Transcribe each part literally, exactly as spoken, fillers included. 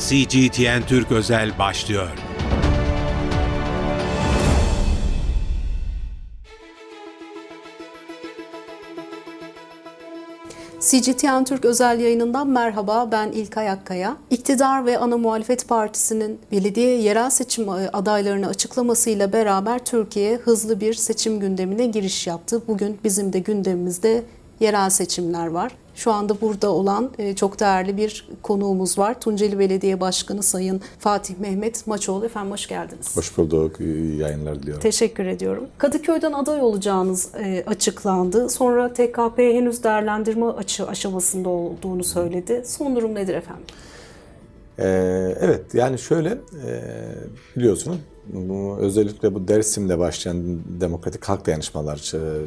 C G T N Türk Özel başlıyor. C G T N Türk özel yayınından merhaba, ben İlkay Akkaya. İktidar ve ana muhalefet partisinin belediye yerel seçim adaylarını açıklamasıyla beraber Türkiye hızlı bir seçim gündemine giriş yaptı. Bugün bizim de gündemimizde yerel seçimler var. Şu anda burada olan çok değerli bir konuğumuz var. Tunceli Belediye Başkanı Sayın Fatih Mehmet Maçoğlu. Efendim hoş geldiniz. Hoş bulduk. İyi yayınlar diliyorum. Teşekkür ediyorum. Kadıköy'den aday olacağınız açıklandı. Sonra T K P henüz değerlendirme aşamasında olduğunu söyledi. Son durum nedir efendim? Ee, evet, yani şöyle e, biliyorsunuz özellikle bu Dersim'de başlayan Demokratik Halk Dayanışmalar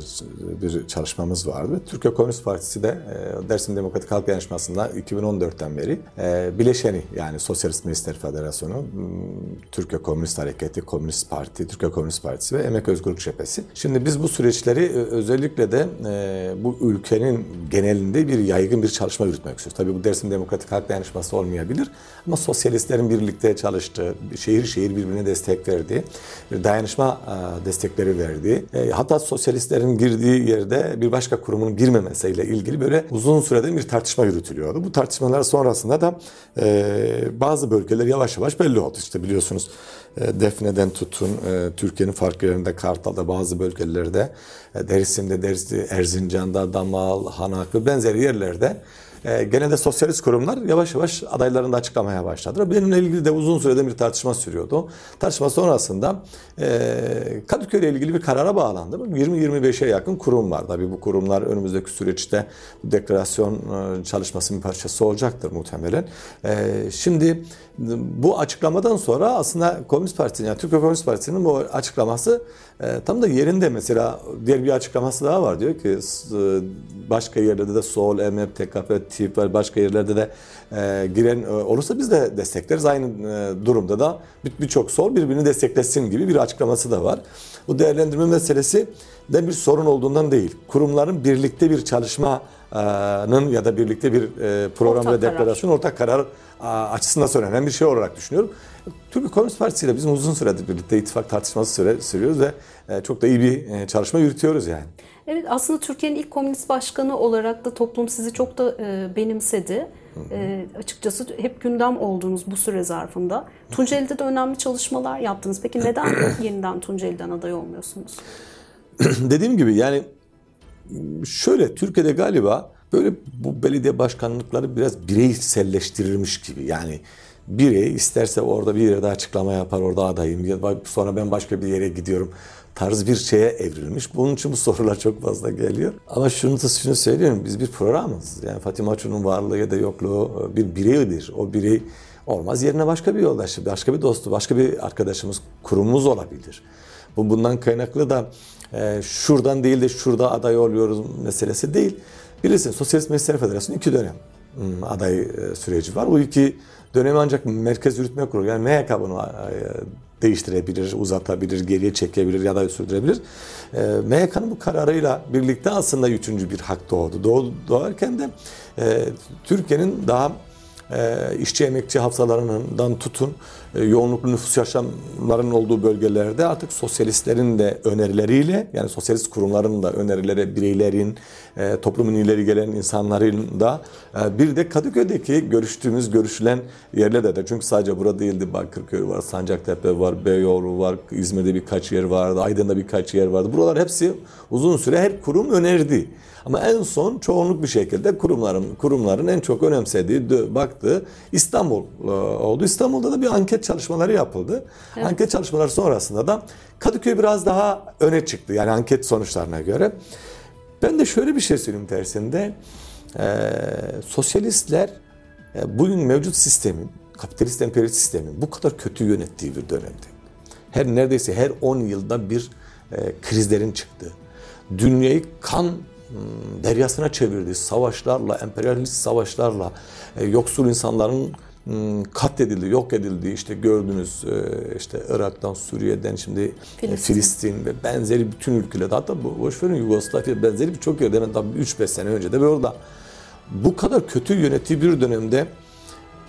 bir çalışmamız vardı. Türkiye Komünist Partisi de Dersim Demokratik Halk Dayanışması'nda iki bin on dörtten beri bileşeni, yani Sosyalist Milletler Federasyonu, Türkiye Komünist Hareketi, Komünist Parti, Türkiye Komünist Partisi ve Emek Özgürlük Cephesi. Şimdi biz bu süreçleri özellikle de bu ülkenin genelinde bir yaygın bir çalışma yürütmek istiyoruz. Tabii bu Dersim Demokratik Halk Dayanışması olmayabilir ama sosyalistlerin birlikte çalıştığı, şehir şehir birbirine destek verdiği, bir dayanışma destekleri verdiği, hatta sosyalistlerin girdiği yerde bir başka kurumun girmemesiyle ilgili böyle uzun süreden bir tartışma yürütülüyordu. Bu tartışmalar sonrasında da bazı bölgeler yavaş yavaş belli oldu. İşte biliyorsunuz Defne'den tutun, Türkiye'nin farklı yerlerinde, Kartal'da, bazı bölgelerde, Dersim'de, Dersi, Erzincan'da, Damal, Hanak ve benzeri yerlerde E, genelde sosyalist kurumlar yavaş yavaş adaylarını da açıklamaya başladılar. Benimle ilgili de uzun sürede bir tartışma sürüyordu. Tartışma sonrasında e, Kadıköy ile ilgili bir karara bağlandı. yirmi yirmi beşe yakın kurum var. Tabii bu kurumlar önümüzdeki süreçte bu deklarasyon e, çalışmasının bir parçası olacaktır muhtemelen. E, şimdi bu açıklamadan sonra aslında Komünist Parti'nin, yani Türkiye Komünist Partisi'nin bu açıklaması e, tam da yerinde. Mesela diğer bir açıklaması daha var. Diyor ki başka yerlerde de Sol, M H P, T K P, T İ P var, başka yerlerde de e, giren e, olursa biz de destekleriz. Aynı e, durumda da birçok Sol birbirini desteklesin gibi bir açıklaması da var. Bu değerlendirme meselesi de bir sorun olduğundan değil. Kurumların birlikte bir çalışmanın ya da birlikte bir e, program ortak ve deklarasyon, karar. ortak karar açısından söylenen bir şey olarak düşünüyorum. Türkiye Komünist Partisi ile biz uzun süredir birlikte ittifak tartışması süre, sürüyoruz ve çok da iyi bir çalışma yürütüyoruz yani. Evet, aslında Türkiye'nin ilk komünist başkanı olarak da toplum sizi çok da e, benimsedi. Hı hı. E, açıkçası hep gündem oldunuz bu süre zarfında. Tunceli'de de önemli çalışmalar yaptınız. Peki neden yeniden Tunceli'den aday olmuyorsunuz? Dediğim gibi yani şöyle, Türkiye'de galiba böyle bu belediye başkanlıkları biraz bireyselleştirilmiş gibi. Yani birey isterse orada bir yerde açıklama yapar, orada adayım, sonra ben başka bir yere gidiyorum tarz bir şeye evrilmiş. Bunun için bu sorular çok fazla geliyor. Ama şunu da şunu söyleyeyim, biz bir programız. Yani Fatih Maçoğlu'nun varlığı ya da yokluğu bir bireydir. O birey olmaz, yerine başka bir yoldaşı, başka bir dostu, başka bir arkadaşımız, kurumumuz olabilir. Bu bundan kaynaklı da e, şuradan değil de şurada aday oluyoruz meselesi değil. Bilirsiniz Sosyalist Milletler Federasyonu iki dönem aday süreci var. Bu iki dönemi ancak Merkez Yürütme Kurulu, yani M H K bunu değiştirebilir, uzatabilir, geriye çekebilir ya da sürdürebilir. M H K'nın bu kararıyla birlikte aslında üçüncü bir hak doğdu. Doğ, doğarken de e, Türkiye'nin daha e, işçi emekçi hafızalarından tutun e, yoğunluklu nüfus yaşamlarının olduğu bölgelerde artık sosyalistlerin de önerileriyle, yani sosyalist kurumların da önerileri, bireylerin, e, toplumun ileri gelen insanların da e, bir de Kadıköy'deki görüştüğümüz, görüşülen yerlerde de, çünkü sadece burada değildi, Bakırköy var, Sancaktepe var, Beyoğlu var, İzmir'de birkaç yer vardı, Aydın'da birkaç yer vardı. Buralar hepsi uzun süre her kurum önerdi. Ama en son çoğunluk bir şekilde kurumların kurumların en çok önemsediği, baktığı İstanbul oldu. İstanbul'da da bir anket çalışmaları yapıldı. Evet. Anket çalışmaları sonrasında da Kadıköy biraz daha öne çıktı. Yani anket sonuçlarına göre. Ben de şöyle bir şey söyleyeyim tersinde. Ee, sosyalistler e, bugün mevcut sistemin, kapitalist emperyalist sistemin bu kadar kötü yönettiği bir dönemde. Her neredeyse her on yılda bir e, krizlerin çıktığı, dünyayı kan deryasına çevirdiği savaşlarla, emperyalist savaşlarla, e, yoksul insanların m, katledildiği, yok edildiği, işte gördünüz e, işte Irak'tan, Suriye'den, şimdi Filistin, e, Filistin ve benzeri bütün ülkelerde, hatta bu boşverin Yugoslavya benzeri birçok yerde, tabii üç beş sene önce de böyle orada bu kadar kötü yönettiği bir dönemde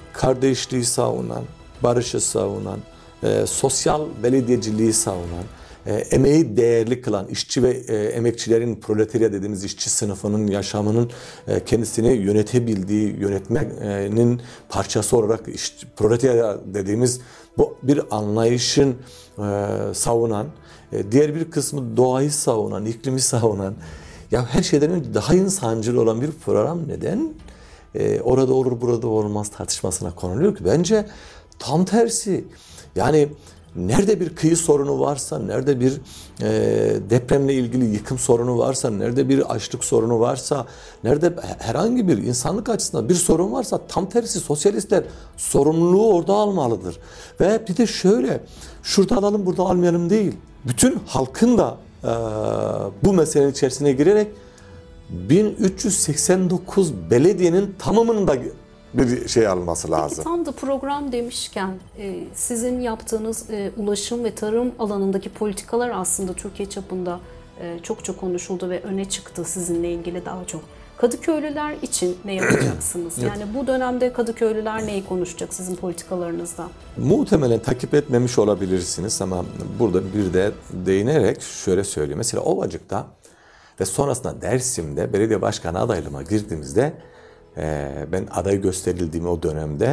kardeşliği savunan, barışı savunan, e, sosyal belediyeciliği savunan, e, emeği değerli kılan, işçi ve e, emekçilerin, proletarya dediğimiz işçi sınıfının yaşamının e, kendisini yönetebildiği, yönetmenin parçası olarak işte, proletarya dediğimiz bu bir anlayışın e, savunan, e, diğer bir kısmı doğayı savunan, iklimi savunan, ya her şeyden önce daha insancıl olan bir program neden e, orada olur burada olmaz tartışmasına konuluyor ki? Bence tam tersi. Yani nerede bir kıyı sorunu varsa, nerede bir e, depremle ilgili yıkım sorunu varsa, nerede bir açlık sorunu varsa, nerede herhangi bir insanlık açısından bir sorun varsa tam tersi sosyalistler sorumluluğu orada almalıdır. Ve bir de şöyle, şurada alalım burada almayalım değil. Bütün halkın da e, bu meselenin içerisine girerek bin üç yüz seksen dokuz belediyenin tamamının da bir şey alması lazım. Peki tam da program demişken e, sizin yaptığınız e, ulaşım ve tarım alanındaki politikalar aslında Türkiye çapında e, çok çok konuşuldu ve öne çıktı sizinle ilgili daha çok. Kadıköylüler için ne yapacaksınız? Yani bu dönemde Kadıköylüler neyi konuşacak sizin politikalarınızda? Muhtemelen takip etmemiş olabilirsiniz ama burada bir de değinerek şöyle söyleyeyim. Mesela Ovacık'ta ve sonrasında Dersim'de belediye başkanı adaylığıma girdiğimizde ben aday gösterildiğim o dönemde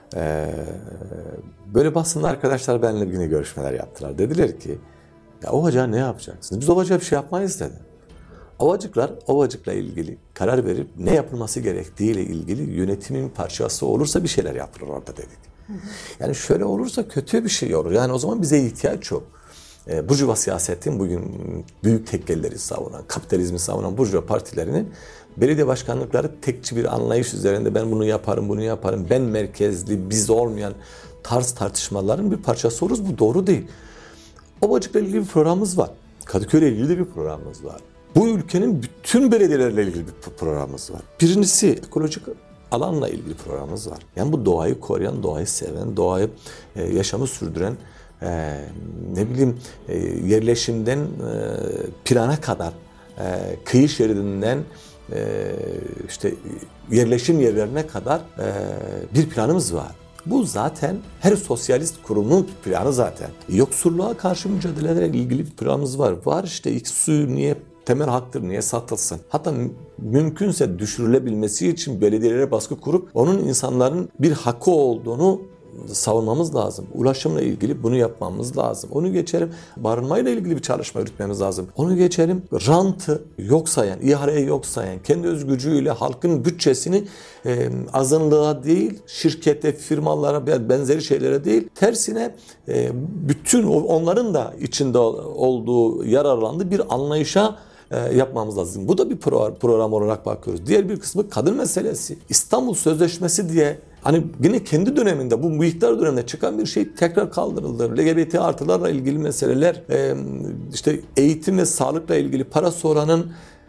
böyle basında arkadaşlar benimle yine görüşmeler yaptılar. Dediler ki ya Ovacık'a ne yapacaksınız? Biz Ovacık'a bir şey yapmayız dedi. Ovacıklar Ovacık'la ilgili karar verip ne yapılması gerektiğiyle ilgili yönetimin parçası olursa bir şeyler yapılır orada dedik. Hı hı. Yani şöyle olursa kötü bir şey olur. Yani o zaman bize ihtiyaç yok. E, Burjuva siyasetin bugün büyük tekkelleri savunan, kapitalizmi savunan Burjuva partilerinin belediye başkanlıkları tekçi bir anlayış üzerinde ben bunu yaparım, bunu yaparım, ben merkezli, biz olmayan tarz tartışmaların bir parçası oluruz. Bu doğru değil. Ovacık'la ilgili bir programımız var. Kadıköy'le ilgili de bir programımız var. Bu ülkenin bütün belediyelerle ilgili bir programımız var. Birincisi ekolojik alanla ilgili programımız var. Yani bu doğayı koruyan, doğayı seven, doğayı e, yaşamı sürdüren, e, ne bileyim e, yerleşimden e, plana kadar, e, kıyı şeridinden e, işte yerleşim yerlerine kadar e, bir planımız var. Bu zaten her sosyalist kurumun planı zaten. Yoksulluğa karşı mücadelelerle ilgili bir planımız var. Var işte ilk suyu niye temel haktır, niye satılsın? Hatta mümkünse düşürülebilmesi için belediyelere baskı kurup onun insanların bir hakkı olduğunu savunmamız lazım. Ulaşımla ilgili bunu yapmamız lazım. Onu geçelim. Barınmayla ilgili bir çalışma yürütmemiz lazım. Onu geçelim. Rantı yok sayan, ihaleyi yok sayan, kendi özgürlüğüyle halkın bütçesini e, azınlığa değil, şirkete, firmalara, benzeri şeylere değil, tersine e, bütün onların da içinde olduğu yararlandığı bir anlayışa yapmamız lazım. Bu da bir program olarak bakıyoruz. Diğer bir kısmı kadın meselesi. İstanbul Sözleşmesi diye hani yine kendi döneminde bu Muhtar döneminde çıkan bir şey tekrar kaldırıldı. L G B T artılarla ilgili meseleler, işte eğitim ve sağlıkla ilgili para soranın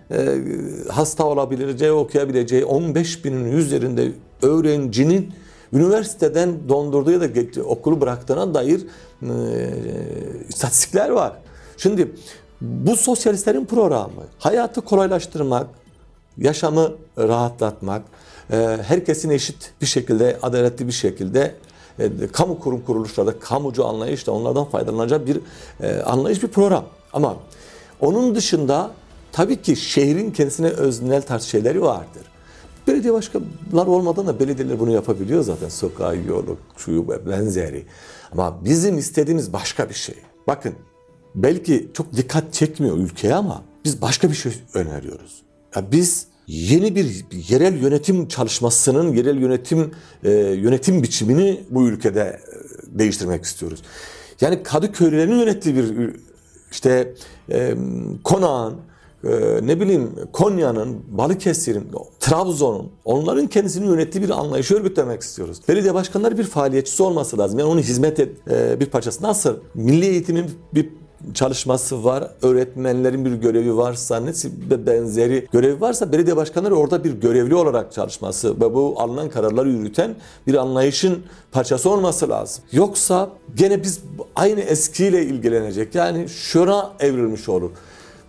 hasta olabileceği, okuyabileceği on beş binin üzerinde öğrencinin üniversiteden dondurduğu ya da okulu bıraktığına dair istatistikler var. Şimdi bu sosyalistlerin programı hayatı kolaylaştırmak, yaşamı rahatlatmak, herkesin eşit bir şekilde, adaletli bir şekilde kamu kurum kuruluşlarda, kamucu anlayışla onlardan faydalanacağı bir anlayış, bir program. Ama onun dışında tabii ki şehrin kendisine öznel tarz şeyleri vardır. Belediye başkanlar olmadan da belediyeler bunu yapabiliyor zaten. Sokağı, yolu, şuyu benzeri. Ama bizim istediğimiz başka bir şey. Bakın, belki çok dikkat çekmiyor ülkeye ama biz başka bir şey öneriyoruz. Ya biz yeni bir yerel yönetim çalışmasının, yerel yönetim e, yönetim biçimini bu ülkede değiştirmek istiyoruz. Yani Kadıköylülerin yönettiği bir işte e, Konağın, e, ne bileyim Konya'nın, Balıkesir'in, Trabzon'un, onların kendisini yönettiği bir anlayışı örgütlemek istiyoruz. Belediye başkanları bir faaliyetçisi olması lazım. Yani onun hizmet et, e, bir parçası. Nasıl? Milli eğitimin bir çalışması var, öğretmenlerin bir görevi varsa, ne benzeri görevi varsa belediye başkanları orada bir görevli olarak çalışması ve bu alınan kararları yürüten bir anlayışın parçası olması lazım. Yoksa gene biz aynı eskiyle ilgilenecek, yani şuna evrilmiş olur.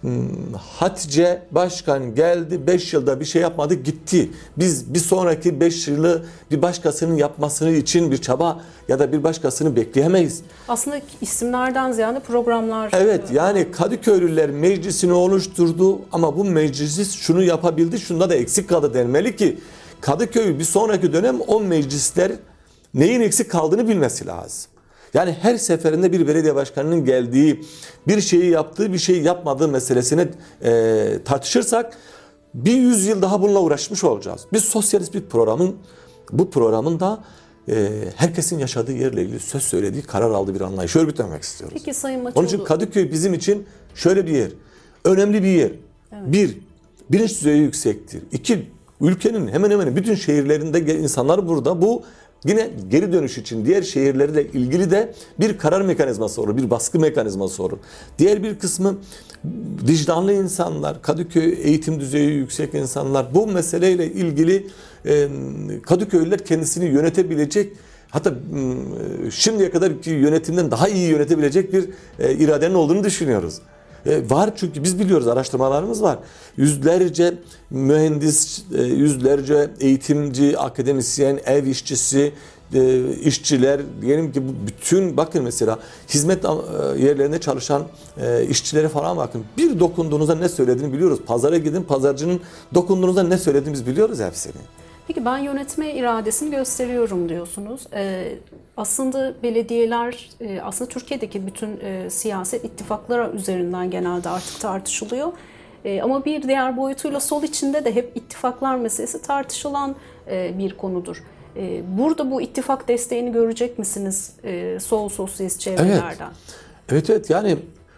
Hatice Başkan geldi, beş yılda bir şey yapmadı, gitti. Biz bir sonraki beş yılı bir başkasının yapmasını için bir çaba ya da bir başkasını bekleyemeyiz. Aslında isimlerden ziyade programlar. Evet, yani Kadıköylüler meclisini oluşturdu ama bu meclis şunu yapabildi, şunda da eksik kaldı denmeli ki Kadıköy bir sonraki dönem o meclisler neyin eksik kaldığını bilmesi lazım. Yani her seferinde bir belediye başkanının geldiği, bir şeyi yaptığı, bir şeyi yapmadığı meselesini e, tartışırsak bir yüzyıl daha bununla uğraşmış olacağız. Biz sosyalist bir programın, bu programın da e, herkesin yaşadığı yerle ilgili söz söylediği, karar aldığı bir anlayışı örgütlemek istiyoruz. Peki Sayın Maçoğlu. Onun için Kadıköy bizim için şöyle bir yer, önemli bir yer. Evet. Bir, bilinç düzeyi yüksektir. İki, ülkenin hemen hemen bütün şehirlerinde insanlar burada. Bu yine geri dönüş için diğer şehirlerle ilgili de bir karar mekanizması olur, bir baskı mekanizması olur. Diğer bir kısmı vicdanlı insanlar, Kadıköy eğitim düzeyi yüksek insanlar. Bu meseleyle ilgili e, Kadıköylüler kendisini yönetebilecek, hatta e, şimdiye kadarki yönetimden daha iyi yönetebilecek bir e, iradenin olduğunu düşünüyoruz. E, var çünkü biz biliyoruz, araştırmalarımız var. Yüzlerce mühendis, e, yüzlerce eğitimci, akademisyen, ev işçisi, e, işçiler, diyelim ki bu bütün, bakın mesela hizmet e, yerlerinde çalışan e, işçilere falan bakın. Bir dokunduğunuzda ne söylediğini biliyoruz. Pazara gidin, pazarcının dokunduğunuzda ne söylediğini biz biliyoruz hepsini. Peki ben yönetme iradesini gösteriyorum diyorsunuz. Ee, aslında belediyeler, e, aslında Türkiye'deki bütün e, siyaset ittifaklara üzerinden genelde artık tartışılıyor. E, ama bir diğer boyutuyla sol içinde de hep ittifaklar meselesi tartışılan e, bir konudur. E, burada bu ittifak desteğini görecek misiniz e, sol sosyalist çevrelerden? Evet, evet, evet. Yani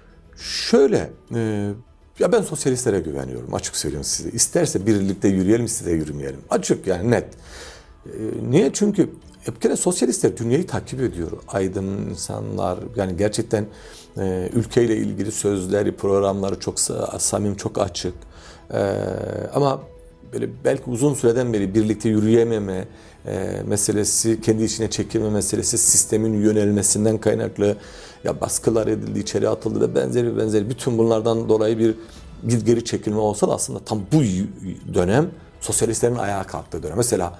şöyle... E, Ya ben sosyalistlere güveniyorum, açık söylüyorum size. İsterse birlikte yürüyelim, size yürümeyelim. Açık, yani net. Ee, niye? Çünkü bir kere sosyalistler dünyayı takip ediyor. Aydın insanlar, yani gerçekten e, ülkeyle ilgili sözleri, programları çok samimi, çok açık. Ee, ama böyle belki uzun süreden beri birlikte yürüyememe e, meselesi, kendi içine çekilme meselesi, sistemin yönelmesinden kaynaklı, ya baskılar edildi, içeri atıldı da benzeri benzeri bütün bunlardan dolayı bir geri çekilme olsa da aslında tam bu dönem sosyalistlerin ayağa kalktığı dönem. Mesela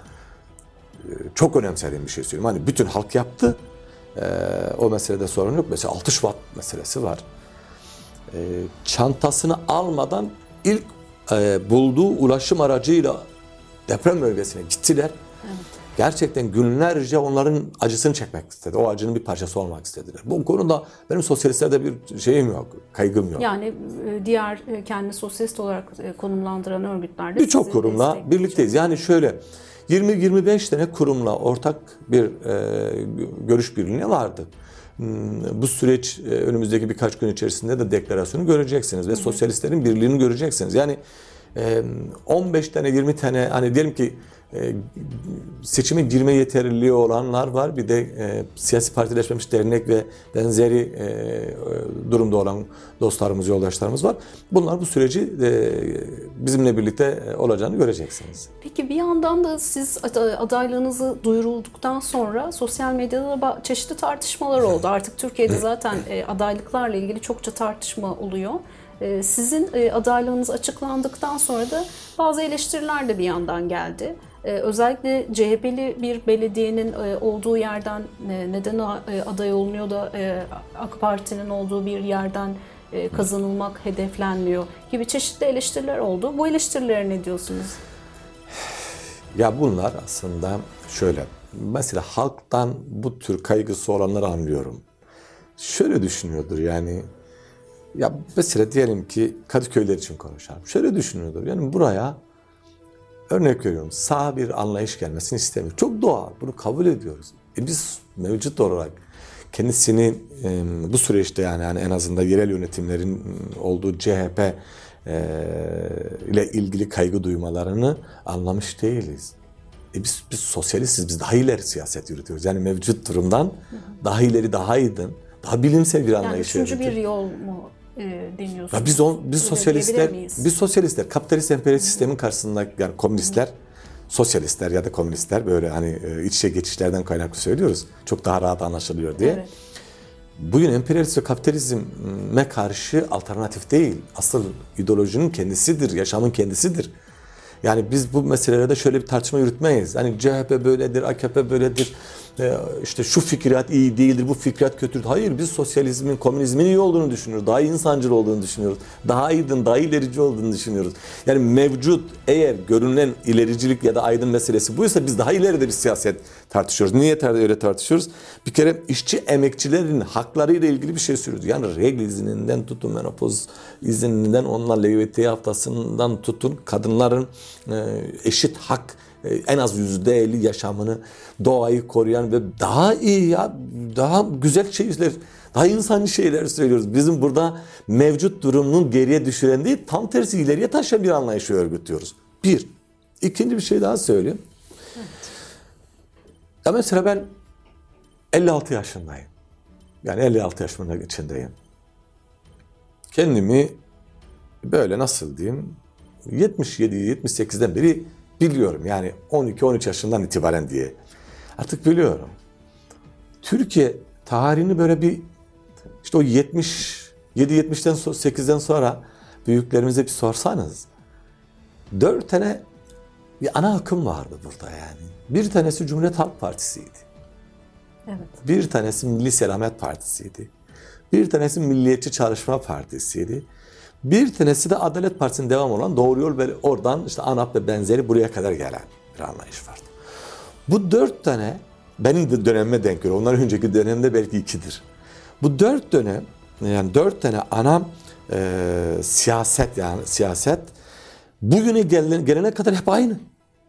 çok önemsediğim bir şey söyleyeyim. Hani bütün halk yaptı. Ee, o meselede sorun yok. Mesela altı Şubat meselesi var. Ee, çantasını almadan ilk e, bulduğu ulaşım aracıyla deprem bölgesine gittiler. Evet. Gerçekten günlerce onların acısını çekmek istedi. O acının bir parçası olmak istediler. Bu konuda benim sosyalistlerde bir şeyim yok, kaygım yok. Yani diğer kendini sosyalist olarak konumlandıran örgütlerde birçok kurumla birlikteyiz. Yani şöyle yirmi yirmi beş tane kurumla ortak bir e, görüş birliğine vardı. Bu süreç e, önümüzdeki birkaç gün içerisinde de deklarasyonu göreceksiniz ve hı hı. sosyalistlerin birliğini göreceksiniz. Yani e, on beş tane yirmi tane, hani diyelim ki e, seçime girme yeterliliği olanlar var. Bir de e, siyasi partileşmemiş dernek ve benzeri e, durumda olan dostlarımız, yoldaşlarımız var. Bunlar bu süreci e, bizimle birlikte olacağını göreceksiniz. Peki bir yandan da siz adaylığınızı duyurulduktan sonra sosyal medyada da çeşitli tartışmalar oldu. Artık Türkiye'de zaten e, adaylıklarla ilgili çokça tartışma oluyor. E, sizin e, adaylığınız açıklandıktan sonra da bazı eleştiriler de bir yandan geldi. Ee, özellikle C H P'li bir belediyenin e, olduğu yerden e, neden e, aday olunuyor da e, AK Parti'nin olduğu bir yerden e, kazanılmak hedeflenmiyor gibi çeşitli eleştiriler oldu. Bu eleştirilere ne diyorsunuz? Ya bunlar aslında şöyle, mesela halktan bu tür kaygısı olanları anlıyorum. Şöyle düşünüyordur yani, ya mesela diyelim ki Kadıköyler için konuşalım. Şöyle düşünüyordur, yani buraya örnek veriyorum, sağ bir anlayış gelmesini istemiyor. Çok doğal, bunu kabul ediyoruz. E biz mevcut olarak kendisini e, bu süreçte yani, yani en azından yerel yönetimlerin olduğu C H P e, ile ilgili kaygı duymalarını anlamış değiliz. E biz, biz sosyalistiz, biz daha ileri siyaset yürütüyoruz. Yani mevcut durumdan hı hı. daha ileri, daha aydın, daha bilimsel bir anlayış. Yani üçüncü bir yol mu e, deniyorsunuz? Ya biz on, biz sosyalistler, biz sosyalistler kapitalist emperyalist sistemin karşısında, yani komünistler, hı. sosyalistler ya da komünistler, böyle hani iç içe geçişlerden kaynaklı söylüyoruz. Çok daha rahat anlaşılıyor diye. Evet. bugün emperyalist ve kapitalizme karşı alternatif değil. Asıl ideolojinin kendisidir, yaşamın kendisidir. Yani biz bu meselelerde şöyle bir tartışma yürütmeyiz. Hani C H P böyledir, A K P böyledir, işte şu fikriyat iyi değildir, bu fikriyat kötüdür. Hayır, biz sosyalizmin, komünizmin iyi olduğunu düşünüyoruz. Daha insancıl olduğunu düşünüyoruz. Daha aydın, daha ilerici olduğunu düşünüyoruz. Yani mevcut eğer görünen ilericilik ya da aydın meselesi buysa biz daha ileride bir siyaset tartışıyoruz. Niye öyle tartışıyoruz? Bir kere işçi emekçilerin haklarıyla ilgili bir şey söylüyoruz. Yani regl izninden tutun, menopoz izninden, onlar L G B T haftasından tutun, kadınların eşit hak, en az yüzde elli yaşamını, doğayı koruyan ve daha iyi ya, daha güzel şeyler, daha insani şeyler söylüyoruz. Bizim burada mevcut durumun geriye düşüren değil, tam tersi ileriye taşıyan bir anlayışı örgütlüyoruz. Bir. İkinci bir şey daha söyleyeyim. Evet. Ya mesela ben elli altı yaşındayım. Yani elli altı yaşımın içindeyim. Kendimi böyle nasıl diyeyim, yetmiş yedi yetmiş sekizden beri biliyorum. Yani on iki on üç yaşından itibaren diye. Artık biliyorum. Türkiye tarihini böyle bir işte o yetmiş yedi yetmişten sekizden sonra büyüklerimize bir sorsanız dört tane bir ana akım vardı burada yani. Bir tanesi Cumhuriyet Halk Partisi'ydi. Evet. Bir tanesi Milli Selamet Partisi'ydi. Bir tanesi Milliyetçi Çalışma Partisi'ydi. Bir tanesi de Adalet Partisi'nin devam olan Doğru Yol ve oradan işte ANAP ve benzeri buraya kadar gelen bir anlayış vardı. Bu dört tane benim de dönemime denk geliyor. Ondan önceki dönemde belki ikidir. Bu dört dönem yani dört tane ana e, siyaset yani siyaset bugüne gelene, gelene kadar hep aynı.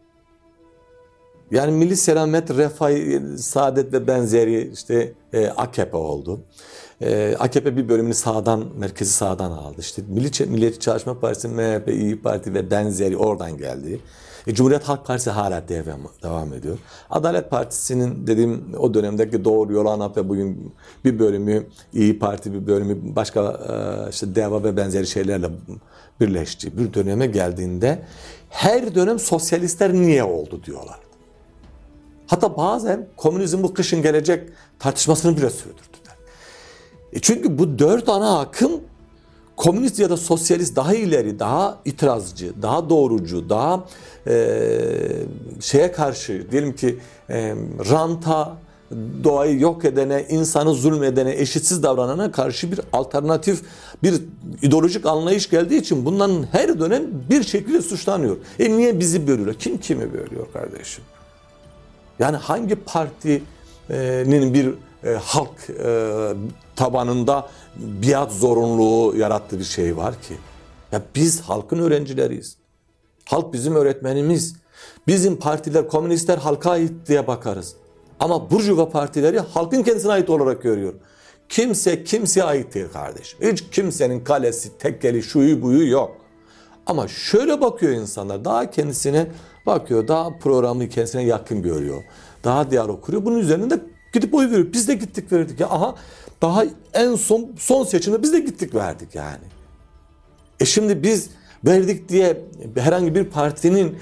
Yani Milli Selamet, Refah, Saadet ve benzeri işte e, A K P oldu. E, A K P bir bölümünü sağdan, merkezi sağdan aldı. İşte Milli, Milliyetçi Çalışma Partisi, M H P, İYİ Parti ve benzeri oradan geldi. E, Cumhuriyet Halk Partisi hala devam, devam ediyor. Adalet Partisi'nin dediğim o dönemdeki Doğru Yol, ANAP ve bugün bir bölümü İYİ Parti, bir bölümü başka e, işte DEVA ve benzeri şeylerle birleşti. Bir döneme geldiğinde her dönem sosyalistler niye oldu diyorlar. Hatta bazen komünizm bu kışın gelecek tartışmasını bile sürdürdüler. E çünkü bu dört ana akım komünist ya da sosyalist daha ileri, daha itirazcı, daha doğrucu, daha e, şeye karşı diyelim ki e, ranta, doğayı yok edene, insanı zulmedene, eşitsiz davranana karşı bir alternatif, bir ideolojik anlayış geldiği için bunların her dönem bir şekilde suçlanıyor. E niye bizi bölüyor? Kim kimi bölüyor kardeşim? Yani hangi partinin bir e, halk e, tabanında biat zorunluluğu yarattığı bir şey var ki? Ya biz halkın öğrencileriyiz. Halk bizim öğretmenimiz. Bizim partiler, komünistler halka ait diye bakarız. Ama burjuva partileri halkın kendisine ait olarak görüyor. Kimse kimseye ait değil kardeşim. Hiç kimsenin kalesi, tekkeli, şuyu buyu yok. Ama şöyle bakıyor insanlar, daha kendisine bakıyor, daha programı kendisine yakın görüyor. Daha diyalog kuruyor. Bunun üzerinde gidip oy veriyor. Biz de gittik verdik. Ya aha daha en son son seçimde biz de gittik verdik yani. E şimdi biz verdik diye herhangi bir partinin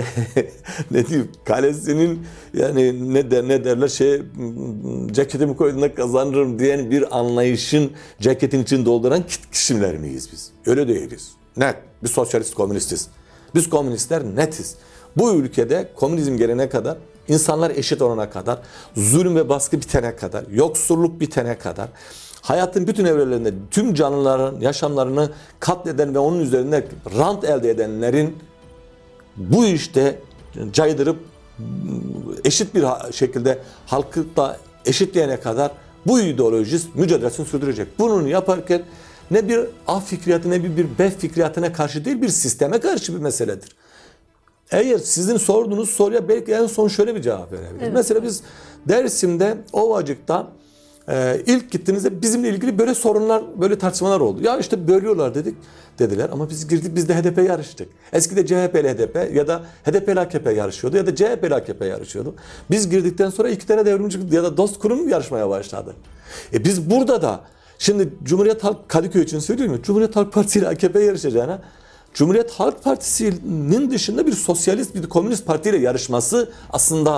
ne diyeyim kalesinin yani ne der ne derler şey ceketimi koyduğunda kazanırım diyen bir anlayışın ceketin için dolduran kişiler miyiz biz? Öyle değiliz. Net. Biz sosyalist komünistiz. Biz komünistler netiz. Bu ülkede komünizm gelene kadar, insanlar eşit olana kadar, zulüm ve baskı bitene kadar, yoksulluk bitene kadar, hayatın bütün evrelerinde tüm canlıların yaşamlarını katleden ve onun üzerinde rant elde edenlerin bu işte caydırıp eşit bir şekilde halkı da eşitleyene kadar bu ideoloji mücadelesini sürdürecek. Bunu yaparken ne bir A fikriyatı ne bir, bir B fikriyatına karşı değil, bir sisteme karşı bir meseledir. Eğer sizin sorduğunuz soruya belki en son şöyle bir cevap verebilirim. Evet. Mesela biz Dersim'de, Ovacık'ta e, ilk gittiğimizde bizimle ilgili böyle sorunlar, böyle tartışmalar oldu. Ya işte bölüyorlar dedik, dediler ama biz girdik, biz de H D P yarıştık. Eskide C H P'li H D P ya da H D P'li A K P yarışıyordu ya da C H P'li A K P yarışıyordu. Biz girdikten sonra iki tane devrimci ya da dost kurum yarışmaya başladı. E biz burada da şimdi Cumhuriyet Halk Kadıköy için söylüyorum ya, Cumhuriyet Halk Partisi ile A K P yarışacağına Cumhuriyet Halk Partisi'nin dışında bir sosyalist, bir komünist partiyle yarışması aslında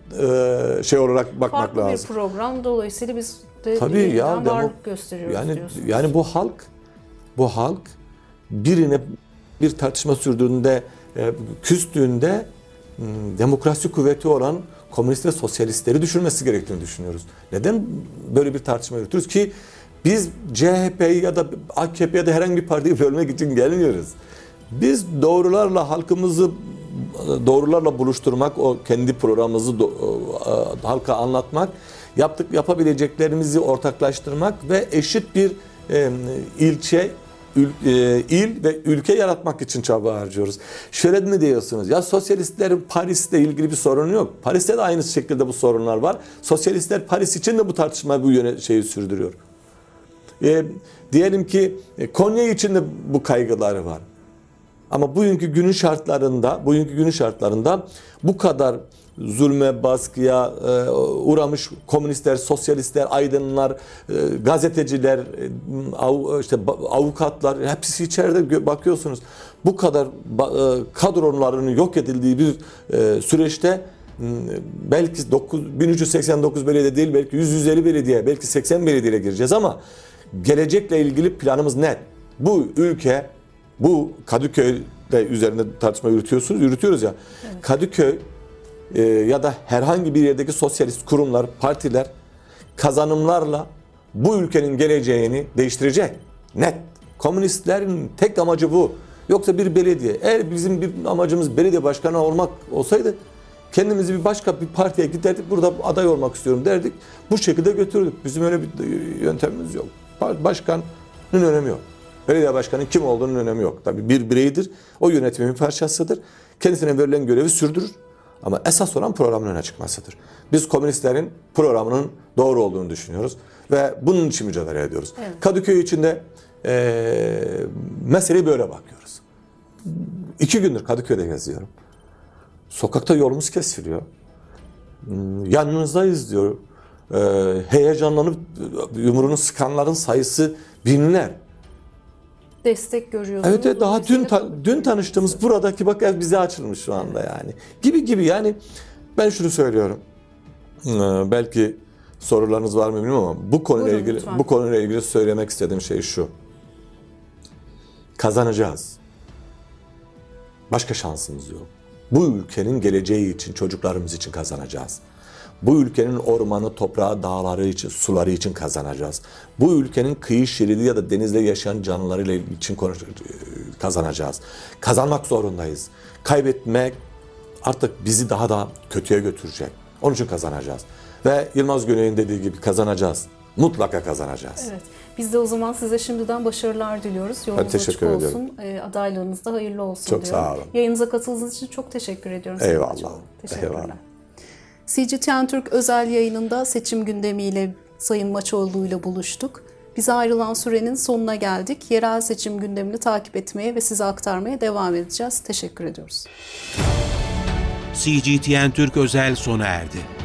e, şey olarak bakmak Farklı lazım. bir program, dolayısıyla biz de Tabii ya, yeniden demo- varlık gösteriyoruz yani diyorsunuz. yani bu halk bu halk birine bir tartışma sürdüğünde, e, küstüğünde m, demokrasi kuvveti olan komünist ve sosyalistleri düşürmesi gerektiğini düşünüyoruz. Neden böyle bir tartışma yürütüyoruz ki biz C H P'yi ya da A K P ya da herhangi bir partiyi bölmek için gelmiyoruz. Biz doğrularla halkımızı doğrularla buluşturmak, o kendi programımızı do, e, halka anlatmak, yaptık yapabileceklerimizi ortaklaştırmak ve eşit bir e, ilçe, ül, e, il ve ülke yaratmak için çaba harcıyoruz. Şöyle mi diyorsunuz? Ya sosyalistlerin Paris'le ilgili bir sorunu yok. Paris'te de aynı şekilde bu sorunlar var. Sosyalistler Paris için de bu tartışma bu yöne şeyi sürdürüyor. E, diyelim ki Konya için de bu kaygıları var. Ama bugünkü günün şartlarında, bugünkü günün şartlarında bu kadar zulme, baskıya e, uğramış komünistler, sosyalistler, aydınlar, e, gazeteciler, e, av, işte avukatlar hepsi içeride bakıyorsunuz. Bu kadar e, kadrolarının yok edildiği bir e, süreçte belki bin üç yüz seksen dokuz belediye değil, belki yüz yüz elli belediye, belki seksen belediye gireceğiz ama gelecekle ilgili planımız net. Bu ülke, bu Kadıköy'de üzerinde tartışma yürütüyorsunuz, yürütüyoruz ya. Evet. Kadıköy e, ya da herhangi bir yerdeki sosyalist kurumlar, partiler kazanımlarla bu ülkenin geleceğini değiştirecek. Net. Komünistlerin tek amacı bu. Yoksa bir belediye, eğer bizim bir amacımız belediye başkanı olmak olsaydı kendimizi bir başka bir partiye giderdik, burada aday olmak istiyorum derdik. Bu şekilde götürdük. Bizim öyle bir yöntemimiz yok. Başkanın önemi yok. Belediye başkanının kim olduğunun önemi yok. Tabii bir bireydir, o yönetimin parçasıdır. Kendisine verilen görevi sürdürür. Ama esas olan programın öne çıkmasıdır. Biz komünistlerin programının doğru olduğunu düşünüyoruz. Ve bunun için mücadele ediyoruz. Evet. Kadıköy için de e, meseleyi böyle bakıyoruz. İki gündür Kadıköy'de geziyorum. Sokakta yolumuz kesiliyor. Yanınızdayız diyor. E, heyecanlanıp yumruğunu sıkanların sayısı binler. Destek görüyorsunuz. Evet, evet daha dün ta, dün tanıştığımız buradaki bak ev bize açılmış şu anda evet. Yani. Gibi gibi yani ben şunu söylüyorum. Ee, belki sorularınız var mı bilmiyorum ama bu konuyla Buyurun, ilgili lütfen. bu konuyla ilgili söylemek istediğim şey şu. Kazanacağız. Başka şansımız yok. Bu ülkenin geleceği için, çocuklarımız için kazanacağız. Bu ülkenin ormanı, toprağı, dağları için, suları için kazanacağız. Bu ülkenin kıyı şeridi ya da denizde yaşayan canlılarıyla için kazanacağız. Kazanmak zorundayız. Kaybetmek artık bizi daha da kötüye götürecek. Onun için kazanacağız. Ve Yılmaz Güney'in dediği gibi kazanacağız. Mutlaka kazanacağız. Evet. Biz de o zaman size şimdiden başarılar diliyoruz. Yolunuz açık olsun. E, adaylığınız da hayırlı olsun çok diyorum. Sağ olun. Yayınıza katıldığınız için çok teşekkür ediyorum. Eyvallah. Teşekkürler. Eyvallah. C G T N Türk özel yayınında seçim gündemiyle Sayın Maçoğlu ile buluştuk. Bize ayrılan sürenin sonuna geldik. Yerel seçim gündemini takip etmeye ve size aktarmaya devam edeceğiz. Teşekkür ediyoruz. C G T N Türk özel sona erdi.